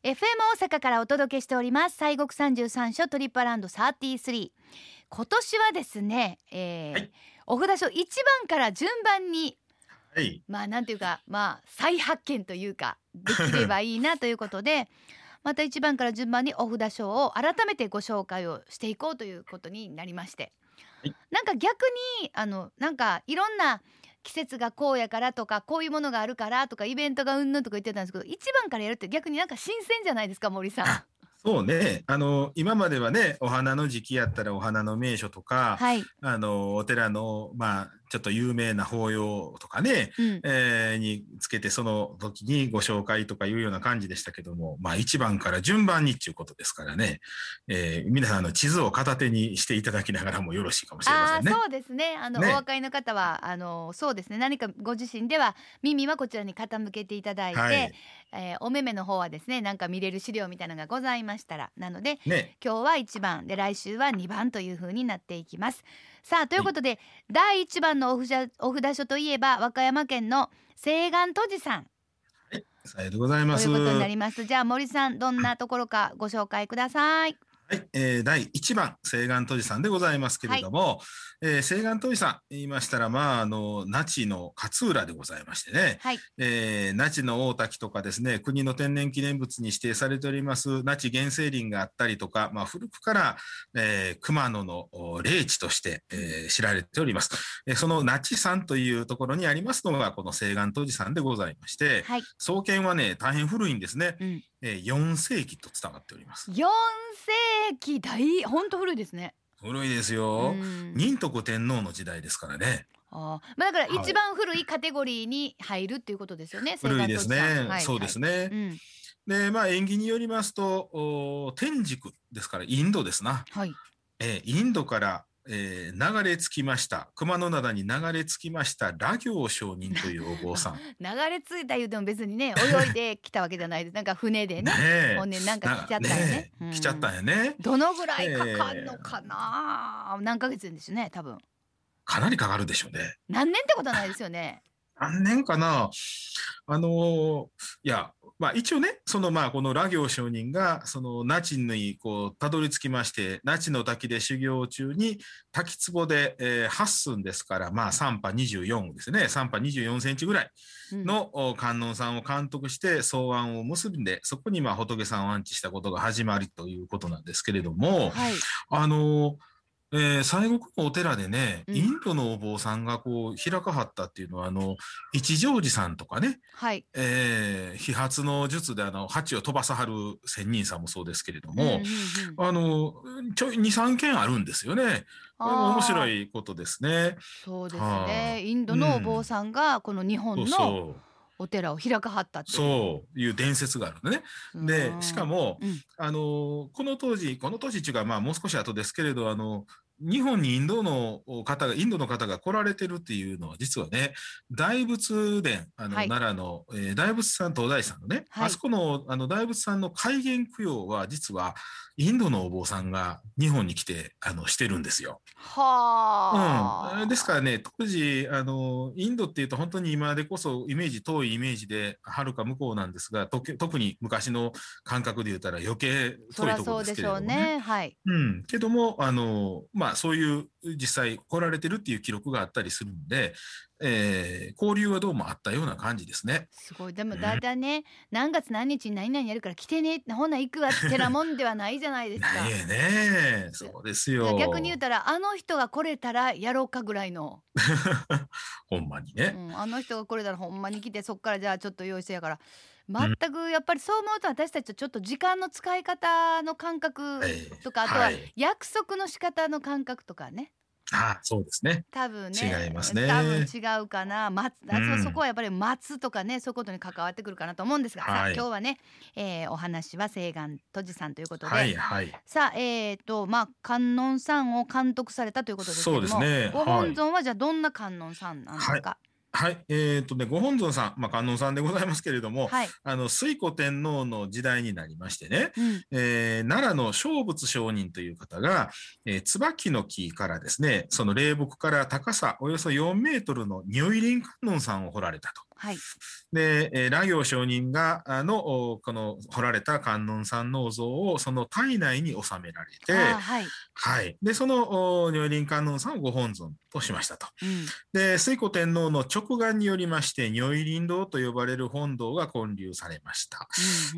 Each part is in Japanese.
FM 大阪からお届けしております西国33所トリップアラウンド33。今年はですね、 はい、 お札書1番から順番にはい、 なんていうか再発見というかできればいいなということでまた1番から順番にお札書を改めてご紹介をしていこうということになりまして、 はい、 なんか逆になんかいろんな季節がこうやからとかこういうものがあるからとかイベントがうんぬんとか言ってたんですけど、1番からやるって逆になんか新鮮じゃないですか、森さん。 あ、そうね。今まではね、お花の時期やったらお花の名所とか、 はい、 お寺の、ちょっと有名な法要とかね、 うん、 につけて、その時にご紹介とかいうような感じでしたけども、1番から順番にっていうことですからね、皆さん地図を片手にしていただきながらもよろしいかもしれませんね。 そうですね。おね。 分かりの方はそうですね、何かご自身では耳はこちらに傾けていただいて、 はい。 お目目の方はですね、なんか見れる資料みたいなのがございましたら、なのでね。 今日は1番で来週は2番という風になっていきます。さあというはい。 ことで、第1番のお札書といえば和歌山県の西岸都寺さんはい。さようでございます。 ということになります。じゃあ森さん、どんなところかご紹介ください。 はい、第1番、西岸都寺さんでございますけはい、 れども、西岸都寺さん言いましたら、那智の勝浦でございましてね、 はい、 那智の大滝とかですね、国の天然記念物に指定されております那智原生林があったりとか、古くから、熊野の霊地として、知られております。その那智山というところにありますのが、この西岸都寺さんでございまして、 はい、 創建はね、大変古いんですね。 うん、 4世紀と伝わっております。 4世紀本当古いですね。 古いですうよ。 ん、 仁徳天皇の時代ですからね。 だからはい。 一番古いカテゴリーに入るっていうことですよね、西古いで岸都寺さん。 すね。そうはいはい。 ですね。 うん、 で、縁起によりますと、天竺ですから、インドですな。 はい。 インドから、流れ着きました。熊野灘に流れ着きました、羅行上人というお坊さん。 流れ着いた言うても別にね泳いできたわけじゃないです。なんか船でねね、ほえ。 んでなんか来ちゃったんやね。 来ちゃったんやね。 どのぐらいかかんのえかな、何ヶ月ですね多分。 かなりかかるでしょうね。 何年ってことはないですよね。 何年かな。あのーいや、一応ね、この羅行上人が、那智にたどり着きまして、那智の滝で修行中に、滝壺で、8寸ですから、3波24ですね、3波24センチぐらいうん、 の観音さんを監督して、草案を結んで、そこに仏さんを安置したことが始まりということなんですけれども、 はい、 あのー西国のお寺でね、 うん、 インドのお坊さんが開かはったっていうのは、一乗寺さんとかね、 はい、 飛髪の術で鉢を飛ばさはる仙人さんもそうですけれどうんうも、 ん。 あの、ちょい2、3件あるんですよね。これも面白ああ、 いことですね。 そうですね。 はあ、 インドうのお坊ん。 さんがこの日そう本のそう。 お寺を開かはったという。 そういう伝説があるのね。 うーで、しかん、 も、 うん、 この当時っていうか、もう少し後ですけれど、日本にインドの方が来られてるっていうのは、実はね、大仏殿、 はい、 奈良の、大仏さん、東大さんのね、 はい。 あそこの、大仏さんの開眼供養は、実は、インドのお坊さんが日本に来て、してるんですよ。うん。ですからはあ。 ね、当時、インドっていうと本当に今でこそ遠いイメージで、はるか向こうなんですが、特に昔の感覚で言ったら余計そ遠いところですらそうでしけれどもね。 ょうね。はい。 うん。けども、そういう実際来られてるっていう記録があったりするんで、交流はどうもあったような感じですね。 すごい。でもうん。 だいたいね、何月何日に何々やるから来てね、ほな行くわってなもんではないじゃないですか。 ないえね。 でそうですだから逆に言うよ。 たら、あの人が来れたらやろうかぐらいの。 ほんまにね。 あの人が来れたらほんまに来て、そっからじゃあちょっと用意してやから。全うん。 くやっぱりそう思うと私たちとちょっと時間の使い方の感はい。 覚とか、あとははい。 約束の仕方の感覚とかね。 ああ、そうですね。 多分違いますね、多分ね。 違うかな。そこうん。 はやっぱり待つとかね、そういうことに関わってくるかなと思うんですが、さあはい。 今日はね、お話は西岸都寺さんということで、 はい、はい。 さあ観音さんを監督されたということですけそうれども、 ですね。 ごはい。 本尊はじゃあどんな観音さんなんではい。 すか？ はい。ご本尊さん、観音さんでございますけれども、 はい、 推古天皇の時代になりましてね、 うん、 奈良の正仏上人という方が、椿の木からですね、その霊木から高さおよそ4メートルの如意輪観音さんを彫られたと。 はい。 で、羅行上人がこの彫られた観音さんのお像をその体内に収められて、 はい。 はい。で、その如来観音さんをご本尊としましたと。 うん。 で、推古天皇の直眼によりまして、如意輪堂と呼ばれる本堂が建立されました。 うん。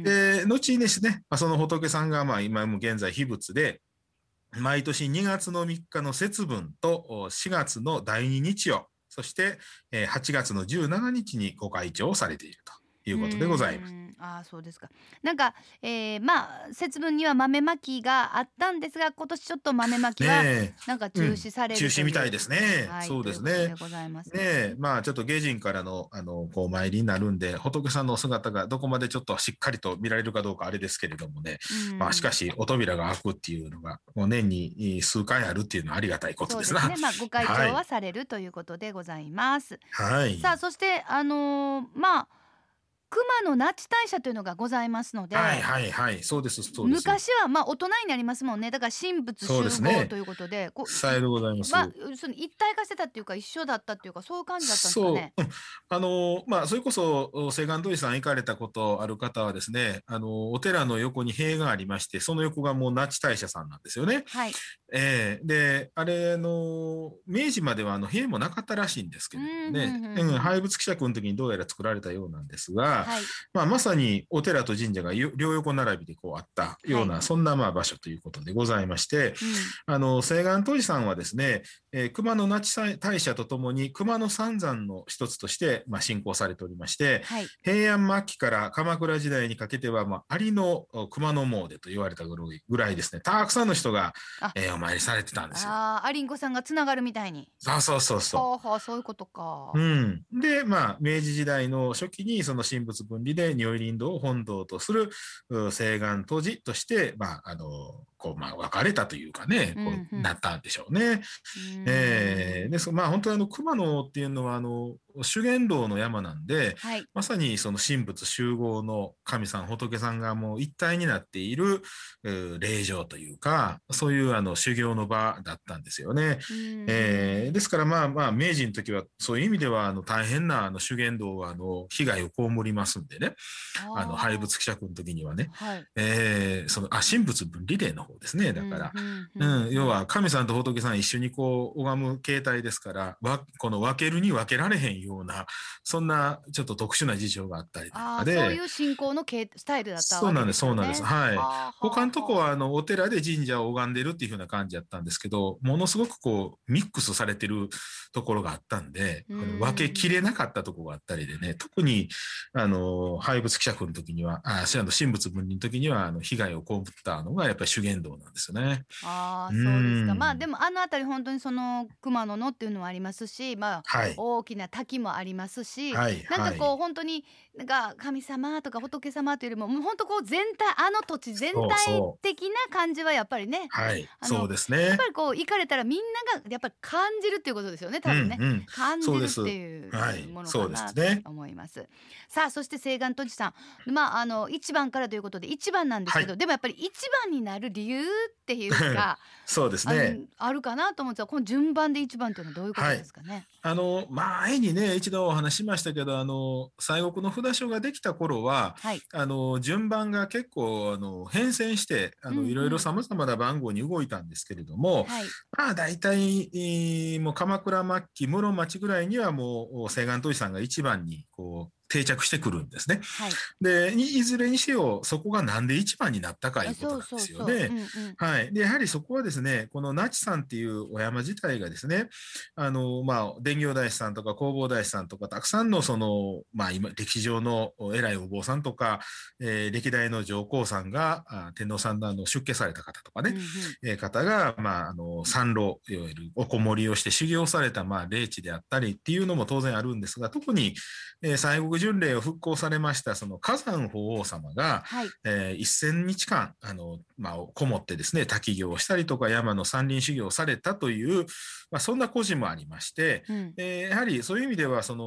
で、後にですね、その仏さんが今も現在秘仏で、毎年2月の3日の節分と4月の第2日曜、そして8月の17日にご開帳されているということでございます。 ああ、そうですか。なんか、まあ節分には豆まきがあったんですが、今年ちょっと豆まきはねなんかえ、 中止され中るという、 止みたいですね。 はい、 そうとですね。 いうことでございます。 ねえ、ちょっと下人からの、こう、お参りになるんで、仏さんのお姿がどこまでちょっとしっかりと見られるかどうかあれですけれどもね。しかし、お扉が開くっていうのが、もう年に数回あるっていうのはありがたいことですな。 そうですね。まあご開帳はい。 はされるということでございます。 はい。 さあ、そしてまあ熊野那智大社というのがございますのはいで、 はいはい。そうです、そうです。 昔はまあ大人になりますもんね。だから神仏そうで集すね。 合ということで、 さようでございます。 その一体化してたっていうか一緒だったっていうかそういう感じだったんですかね。 そう、それこそ、青岸土井さん行かれたことある方はですね、お寺の横に塀がありまして、その横がもう那智大社さんなんですよね。 はい。 で、あれ明治までは塀もなかったらしいんですけれどもね、廃仏希釈の時にどうやら作られたようなんですが、 はい。 まさにお寺と神社が両横並びでこうあったような、 はい、 そんな場所ということでございまして、青岸土井さんはですね、熊野那智大社とともに熊野三山の一つとして、信仰されておりまして、 はい、 平安末期から鎌倉時代にかけては、有の熊野詣と言われたぐらいですね、たくさんの人が、お参りされてたんですよ。 アリンコさんがつながるみたいに。 そうそうそう。 はあはあ、そういうことか。 で、明治時代の初期にその神仏分離で如意輪堂を本堂とする青岸都寺として、分かれたというかね、こうなったんでしょうね。本当に熊野っていうのは修験道の山なんで、 はい、 まさにその神仏集合の神さん仏さんがもう一体になっている霊場というか、そういう修行の場だったんですよね。ですから明治の時はそういう意味では大変な修験道は被害を被りますんでね、廃仏希釈の時にはね、 はい、 神仏分離令の方ですね。だから、要は神さんと仏さん一緒にこう拝む形態ですから、この分けるに分けられへんような、そんなちょっと特殊な事情があったりとかで、 そういう信仰のスタイルだったわけですよね。 そうなんです。はい。他のとこはお寺で神社を拝んでるっていう風な感じだったんですけど、ものすごくこうミックスされてるところがあったんで、分けきれなかったところがあったりでね、特に廃仏希釈の時には、神仏分離の時には被害を被ったのがやっぱり修験道なんですよね。 そうですか。でもあたり本当にその熊野のっていうのはありますし、 はい、 大きな滝もありますし、 はい、 なんかこう本当になんか神様とか仏様というよりも、もう本当こう全体土地全体的な感じはやっぱりね、 はい、そうですね。 やっぱりこう行かれたらみんながやっぱり感じるっていうことですよね、多分ね。感じるっていうものかなと思います。さあ、そして青岸都知さん、一番からということで一番なんですけど、でもやっぱり一番になる理由っていうかそうですね、 あるかなと思うんですが、この順番で一番というのはどういうことですかね。 前にね一度お話しましたけど、西国の札所ができた頃は、順番が結構変遷していろいろさまざまな番号に動いたんですけれども、大体もう鎌倉末期室町ぐらいにはもう青岸都知さんが一番にこう定着してくるんですね。でいずれにせよそこがなんで一番になったかいうことなんですよね。でやはりそこはですね、この那智山っていうお山自体がですね、伝行大師さんとか弘法大師さんとかたくさんの今歴史上の偉いお坊さんとか、歴代の上皇さんが天皇さんの出家された方とかね、方が参籠、いわゆるおこもりをして修行された霊地であったりっていうのも当然あるんですが、特に西国巡礼を復興されましたその火山法皇様が、1000日間こもってですね滝行をしたりとか山の山林修行をされたという、そんな故事もありまして、やはりそういう意味ではその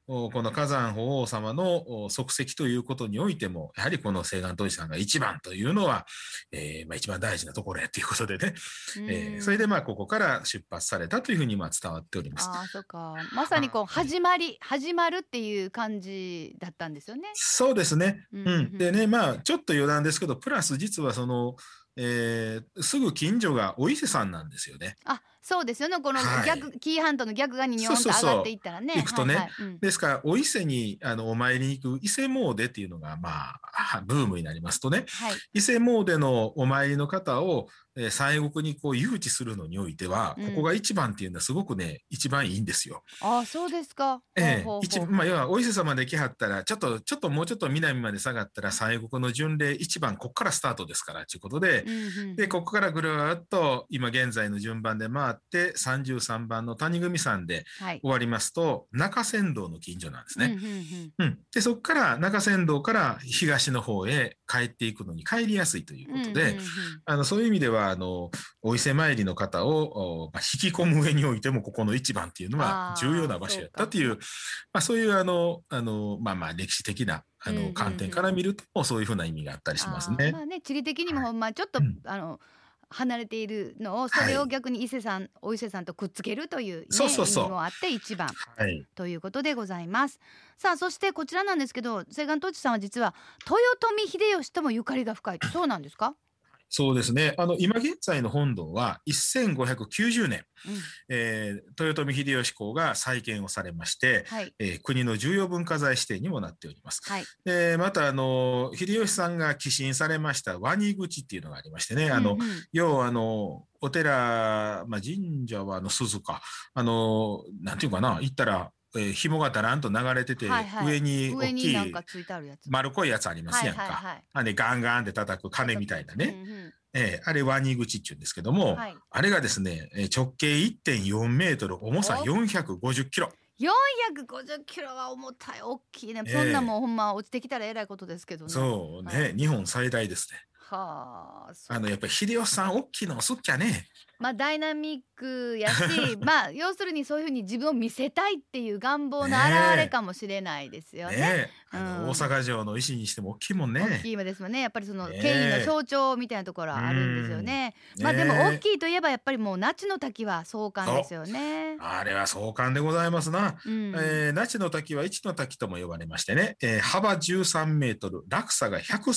この火山法皇様の足跡ということにおいても、やはりこの青岸さんが一番というのは、一番大事なところやということでね、それでここから出発されたというふうに伝わっております。 そうか、まさにこう始まるっていう感じだったんですよね。 そうですね。でね、ちょっと余談ですけど、プラス実はその、すぐ近所がお伊勢さんなんですよね。 そうですよね。この紀伊半島の逆側に日本と上がっていったらね。 行くとね。ですからお伊勢にお参りに行く伊勢詣っていうのがブームになりますとね、伊勢詣のお参りの方を西国にこう誘致するのにおいては、ここが一番っていうのはすごくね、一番いいんですよ。 そうですか。 要はお伊勢様で来はったら、ちょっともうちょっと南まで下がったら西国の巡礼一番こっからスタートですからということで、でここからぐるっと今現在の順番で回って33番の谷組山で終わりますと、中山道の近所なんですね。でそこから中山道から東の方へ帰っていくのに帰りやすいということで、そういう意味ではお伊勢参りの方を引き込む上においてもここの一番っていうのは重要な場所やったという、そういう歴史的な観点から見るとそういうふうな意味があったりしますね。 地理的にもちょっと離れているのを、それを逆にお伊勢さんとくっつけるという、意味もあって一番ということでございます。さあそしてこちらなんですけど、青岸統一さんは実は豊臣秀吉ともゆかりが深いと。そうなんですか？ そうですね。今現在の本堂は1590年、豊臣秀吉公が再建をされまして、国の重要文化財指定にもなっております。また秀吉さんが寄進されました鰐口っていうのがありましてね、要はお寺、神社は鈴か、なんていうかな、行ったら紐がだらんと流れてて、上に大きい丸っこいやつありますやんか。ガンガンって叩く鐘みたいなね。あれ鰐口っていうんですけども、あれがですね、直径 1.4 メートル、重さ450キロ。 450キロは重たい、大きいね。そんなもんほんま落ちてきたらえらいことですけどね。 そうね、日本最大ですね。やっぱり秀吉さん大きいの好きやね。 ダイナミックやし要するにそういうふうに自分を見せたいっていう願望の表れかもしれないですよね。 大阪城の石にしても大きいもんね。 大きいですもんね。やっぱりその権威の象徴みたいなところはあるんですよね。でも大きいといえばやっぱりもう那智の滝は壮観ですよね。 あれは壮観でございますな。那智の滝は一の滝とも呼ばれましてね、幅13メートル、落差が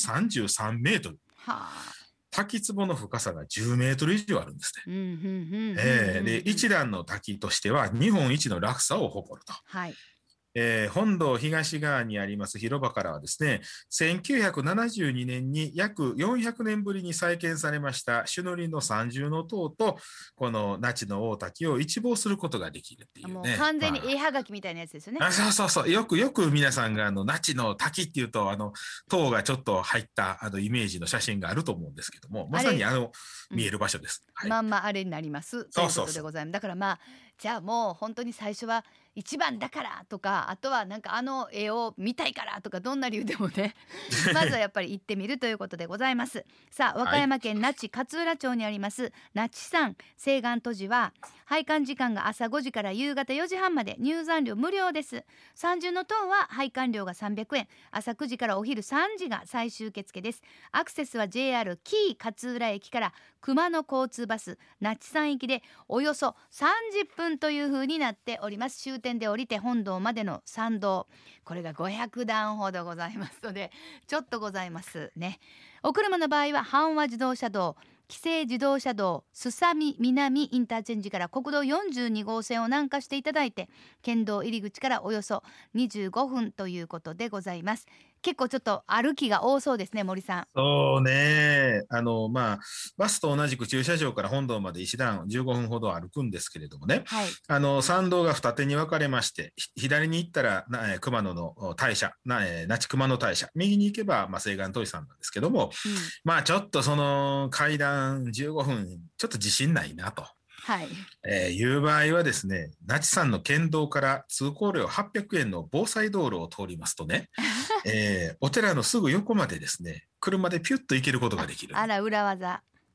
133メートル。滝壺の深さが10メートル以上あるんですね。で一段の滝としては日本一の落差を誇ると。本堂東側にあります広場からはですね、1972年に約400年ぶりに再建されました朱塗りの三重の塔とこの那智の大滝を一望することができるっていうね。 もう完全に絵はがきみたいなやつですよね。 そうよく皆さんが那智の滝っていうと塔がちょっと入ったイメージの写真があると思うんですけども、まさに見える場所です。 あれになりますということでございます。だからじゃあもう本当に最初は一番だからとか、あとはなんか絵を見たいからとか、どんな理由でもねまずはやっぱり行ってみるということでございます。さあ和歌山県那智勝浦町にあります那智山青岸渡寺は拝観時間が朝5時から夕方4時半まで、入山料無料です。三重の塔は拝観料が300円、朝9時からお昼3時が最終受付です。アクセスは JR 紀伊勝浦駅から熊野交通バス那智山行きでおよそ30分という風になっております。終点で降りて本堂までの参道、これが500段ほどございますのでちょっとございますね。お車の場合は阪和自動車道、紀勢自動車道須佐美南インターチェンジから国道42号線を南下していただいて、県道入り口からおよそ25分ということでございます。結構ちょっと歩きが多そうですね、森さん。 そうね、バスと同じく駐車場から本堂まで石段15分ほど歩くんですけれどもね、参道が二手に分かれまして、左に行ったら熊野の大社、那智熊野大社、右に行けば青岸統一さんなんですけども、ちょっとその階段15分ちょっと自信ないなと。いう場合はですね、那智山の県道から通行料800円の防災道路を通りますとね、お寺のすぐ横までですね、車でピュッと行けることができる。 あら裏技。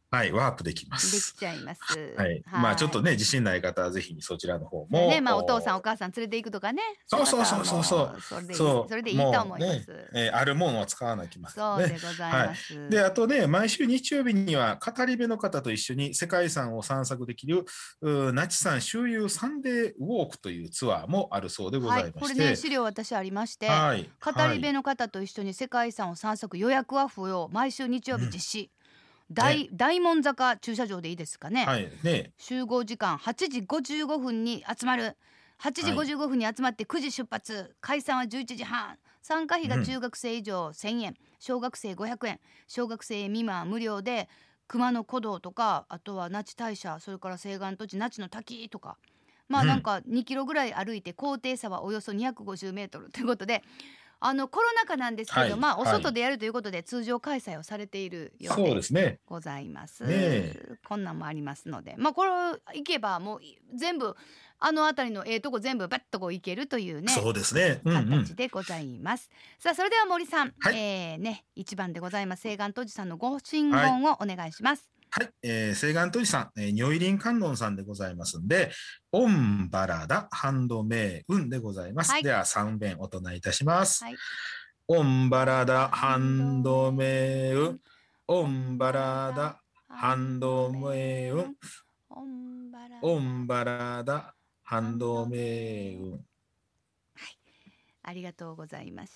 はい、ワープできます。 できちゃいます。 はい。まあちょっとね、自信ない方はぜひそちらの方も。 ね、まあお父さんお母さん連れて行くとかね。 そう。それでいいと思います。 あるものは使わないきますね。 そうでございます。 はい。で、あとね、毎週日曜日には語り部の方と一緒に世界遺産を散策できる那智山周遊サンデーウォークというツアーもあるそうでございまして。 これね、資料私ありまして、語り部の方と一緒に世界遺産を散策、予約は不要、毎週日曜日実施。大門坂駐車場でいいですかね。 はいね。 集合時間8時55分に集まる。8時55分に集まって9時出発。解散は11時半。参加費が中学生以上1000円、小学生500円、小学生未満無料で、熊野古道とか、あとは那智大社、それから西岸土地那智の滝とか、まあなんか2キロぐらい歩いて、高低差はおよそ250メートルということで、コロナ禍なんですけど、まあお外でやるということで通常開催をされているようでございます。こんなんもありますので、まあこれ行けばもう全部あたりのとこ全部バッとこう行けるというね、 そうですね、 形でございます。さあそれでは森さん、ね、1番でございます、西岸土地さんのご神言をお願いします。 はい、西岸土地さん、如意輪観音さんでございますんで、オンバラダハンドメイウンでございます。では3遍お唱えいたします。オンバラダハンドメイウン、オンバラダハンドメイウン、オンバラダハンドメイウン。 ありがとうございました。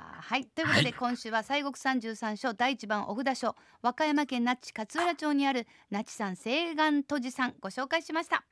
はい、ということで、今週は西国33所第1番お札所、和歌山県那智勝浦町にある那智山西岸土地さんご紹介しました。